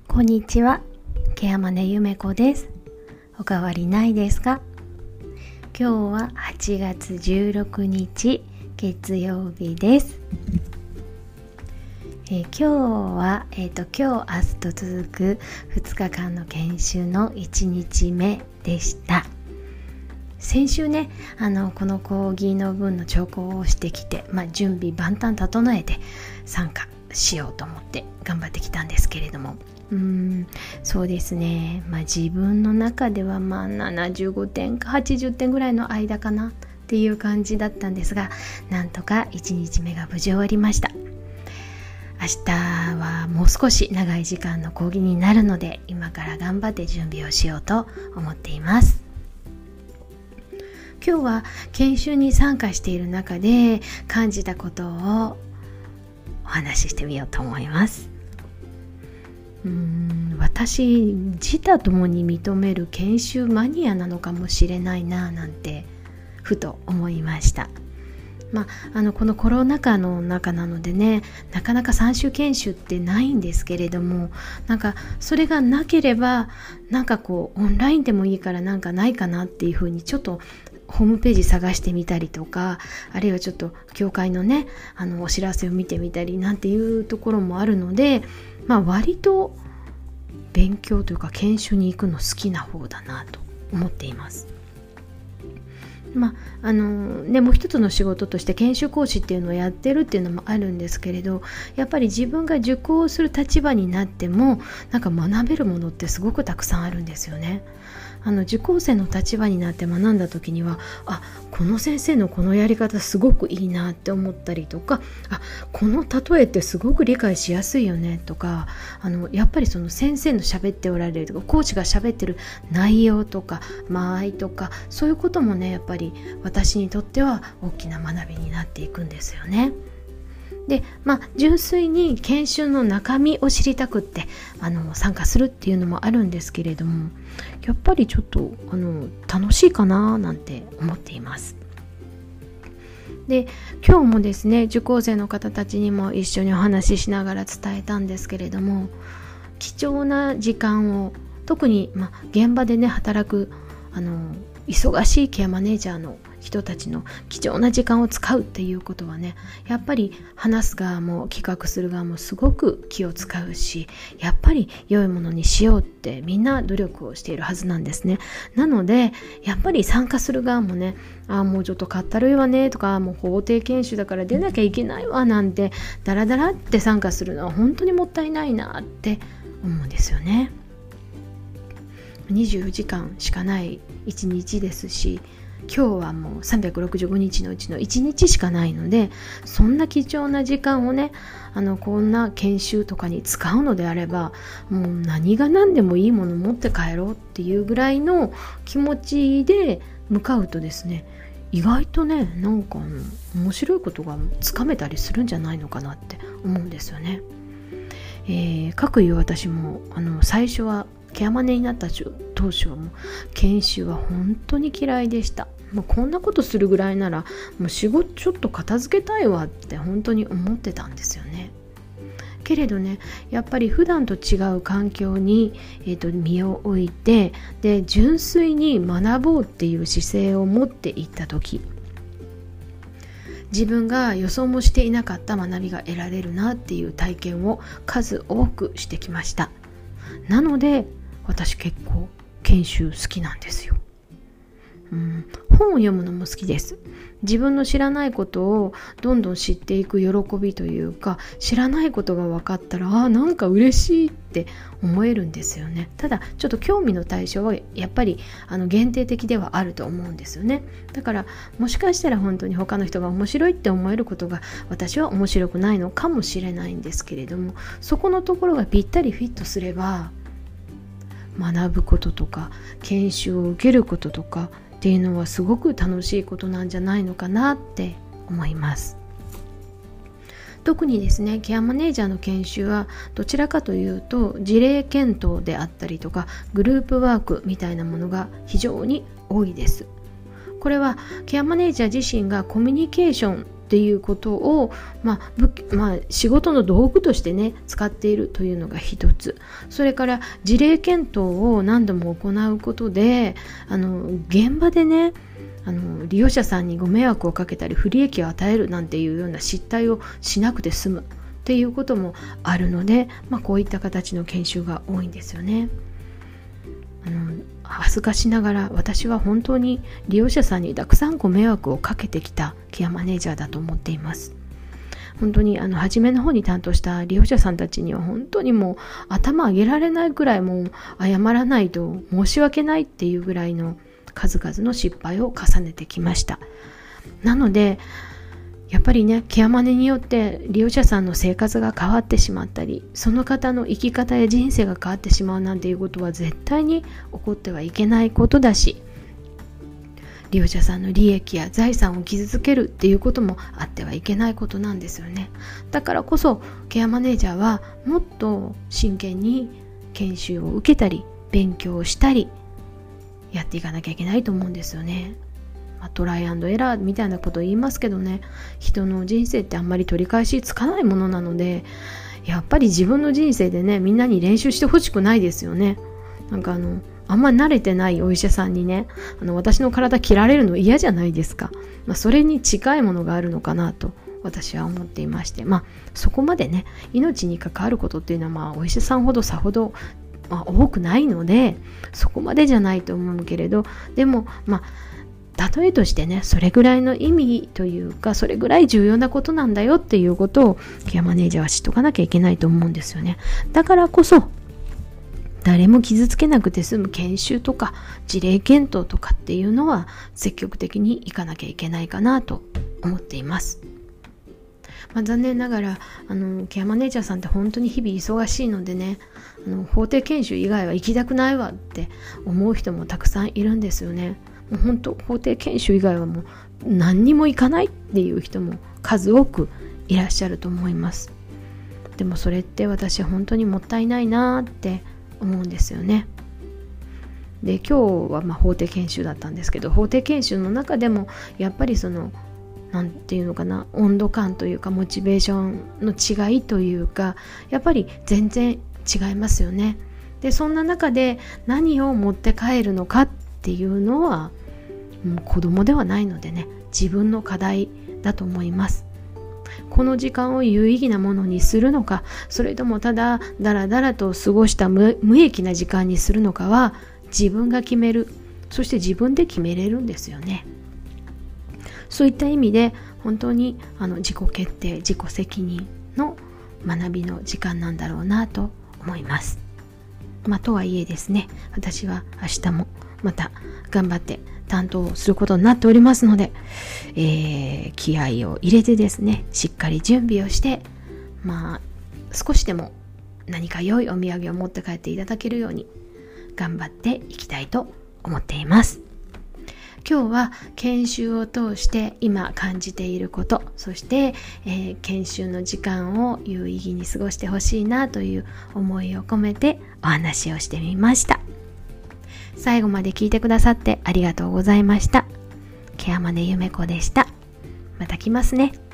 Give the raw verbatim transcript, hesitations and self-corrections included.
こんにちは、ケアマネゆめこです。おかわりないですか？今日ははちがつじゅうろくにち月曜日です。えー、今日は、えーと、今日明日と続くふつかかんの研修のいちにちめでした。先週ね、あのこの講義の分の聴講をしてきて、まあ、準備万端整えて参加しようと思って頑張ってきたんですけれども、うーんそうですね、まあ、自分の中ではまあななじゅうごてんかはちじゅってんぐらいの間かなっていう感じだったんですが、なんとかいちにちめが無事終わりました。明日はもう少し長い時間の講義になるので、今から頑張って準備をしようと思っています。今日は研修に参加している中で感じたことをお話ししてみようと思います。うーん私自他ともに認める研修マニアなのかもしれないななんてふと思いました。まあ、あのこのコロナ禍の中なのでね、なかなかさん週研修ってないんですけれども、なんかそれがなければなんかこうオンラインでもいいからなんかないかなっていうふうにちょっとホームページ探してみたりとか、あるいはちょっと教会のねあのお知らせを見てみたりなんていうところもあるので、まあ割と勉強というか研修に行くの好きな方だなと思っています。まああのね、もう一つの仕事として研修講師っていうのをやってるっていうのもあるんですけれど、やっぱり自分が受講する立場になってもなんか学べるものってすごくたくさんあるんですよね。あの受講生の立場になって学んだ時には、あ、この先生のこのやり方すごくいいなって思ったりとか、あ、この例えってすごく理解しやすいよねとか、あのやっぱりその先生の喋っておられるとかコーチが喋ってる内容とか間合いとか、そういうこともねやっぱり私にとっては大きな学びになっていくんですよね。で、まあ、純粋に研修の中身を知りたくってあの参加するっていうのもあるんですけれども、やっぱりちょっとあの楽しいかななんて思っています。で、今日もですね受講生の方たちにも一緒にお話ししながら伝えたんですけれども、貴重な時間を特に、まあ、現場でね働くあの忙しいケアマネージャーの人たちの貴重な時間を使うっていうことはね、やっぱり話す側も企画する側もすごく気を使うし、やっぱり良いものにしようってみんな努力をしているはずなんですね。なのでやっぱり参加する側もね、あ、もうちょっとかったるいわねとか、もう法定研修だから出なきゃいけないわなんてダラダラって参加するのは本当にもったいないなって思うんですよね。にじゅうよじかんしかないいちにちですし、今日はもうさんびゃくろくじゅうごにちのうちのいちにちしかないので、そんな貴重な時間をねあのこんな研修とかに使うのであれば、もう何が何でもいいもの持って帰ろうっていうぐらいの気持ちで向かうとですね、意外とねなんか面白いことがつかめたりするんじゃないのかなって思うんですよね。えー、かくいう私もあの最初はケアマネになった当初はもう研修は本当に嫌いでした。もうこんなことするぐらいならもう仕事ちょっと片付けたいわって本当に思ってたんですよね。けれどね、やっぱり普段と違う環境に、えーと、身を置いて、で純粋に学ぼうっていう姿勢を持っていった時、自分が予想もしていなかった学びが得られるなっていう体験を数多くしてきました。なので私結構研修好きなんですよ。うん、本を読むのも好きです。自分の知らないことをどんどん知っていく喜びというか、知らないことが分かったら、あ、なんか嬉しいって思えるんですよね。ただちょっと興味の対象はやっぱりあの限定的ではあると思うんですよね。だからもしかしたら本当に他の人が面白いって思えることが私は面白くないのかもしれないんですけれども、そこのところがぴったりフィットすれば、学ぶこととか研修を受けることとかっていうのはすごく楽しいことなんじゃないのかなって思います。特にですね、ケアマネージャーの研修はどちらかというと事例検討であったりとかグループワークみたいなものが非常に多いです。これはケアマネージャー自身がコミュニケーションっていうことを、まあぶまあ、仕事の道具としてね使っているというのが一つ。それから事例検討を何度も行うことで、あの現場でねあの利用者さんにご迷惑をかけたり不利益を与えるなんていうような失態をしなくて済むっていうこともあるので、まあ、こういった形の研修が多いんですよね。あの恥ずかしながら私は本当に利用者さんにたくさんご迷惑をかけてきたケアマネージャーだと思っています。本当にあの初めの方に担当した利用者さんたちには本当にもう頭上げられないぐらい、もう謝らないと申し訳ないっていうぐらいの数々の失敗を重ねてきました。なのでやっぱりね、ケアマネによって利用者さんの生活が変わってしまったり、その方の生き方や人生が変わってしまうなんていうことは絶対に起こってはいけないことだし、利用者さんの利益や財産を傷つけるっていうこともあってはいけないことなんですよね。だからこそケアマネージャーはもっと真剣に研修を受けたり勉強をしたりやっていかなきゃいけないと思うんですよね。まあ、トライアンドエラーみたいなことを言いますけどね、人の人生ってあんまり取り返しつかないものなので、やっぱり自分の人生でねみんなに練習してほしくないですよね。なんかあのあんまり慣れてないお医者さんにね、あの私の体切られるの嫌じゃないですか。まあ、それに近いものがあるのかなと私は思っていまして、まあそこまでね命に関わることっていうのは、まあお医者さんほどさほど、まあ、多くないのでそこまでじゃないと思うけれど、でもまあ例えとしてね、それぐらいの意味というか、それぐらい重要なことなんだよっていうことをケアマネージャーは知っとかなきゃいけないと思うんですよね。だからこそ誰も傷つけなくて済む研修とか事例検討とかっていうのは積極的にいかなきゃいけないかなと思っています。まあ、残念ながらあのケアマネージャーさんって本当に日々忙しいのでね、あの法定研修以外は行きたくないわって思う人もたくさんいるんですよね。もう本当法定研修以外はもう何にも行かないっていう人も数多くいらっしゃると思います。でもそれって私本当にもったいないなって思うんですよね。で今日はまあ法定研修だったんですけど、法定研修の中でもやっぱりそのなんていうのかな、温度感というかモチベーションの違いというか、やっぱり全然違いますよね。でそんな中で何を持って帰るのかっていうのはもう子供ではないのでね、自分の課題だと思います。この時間を有意義なものにするのか、それともただだらだらと過ごした 無, 無益な時間にするのかは自分が決める。そして自分で決めれるんですよね。そういった意味で本当にあの自己決定、自己責任の学びの時間なんだろうなと思います。まあ、とはいえですね、私は明日もまた頑張って担当をすることになっておりますので、えー、気合を入れてですね、しっかり準備をして、まあ少しでも何か良いお土産を持って帰っていただけるように頑張っていきたいと思っています。今日は研修を通して今感じていること、そして、えー、研修の時間を有意義に過ごしてほしいなという思いを込めてお話をしてみました。最後まで聞いてくださってありがとうございました。ケアマネゆめこでした。また来ますね。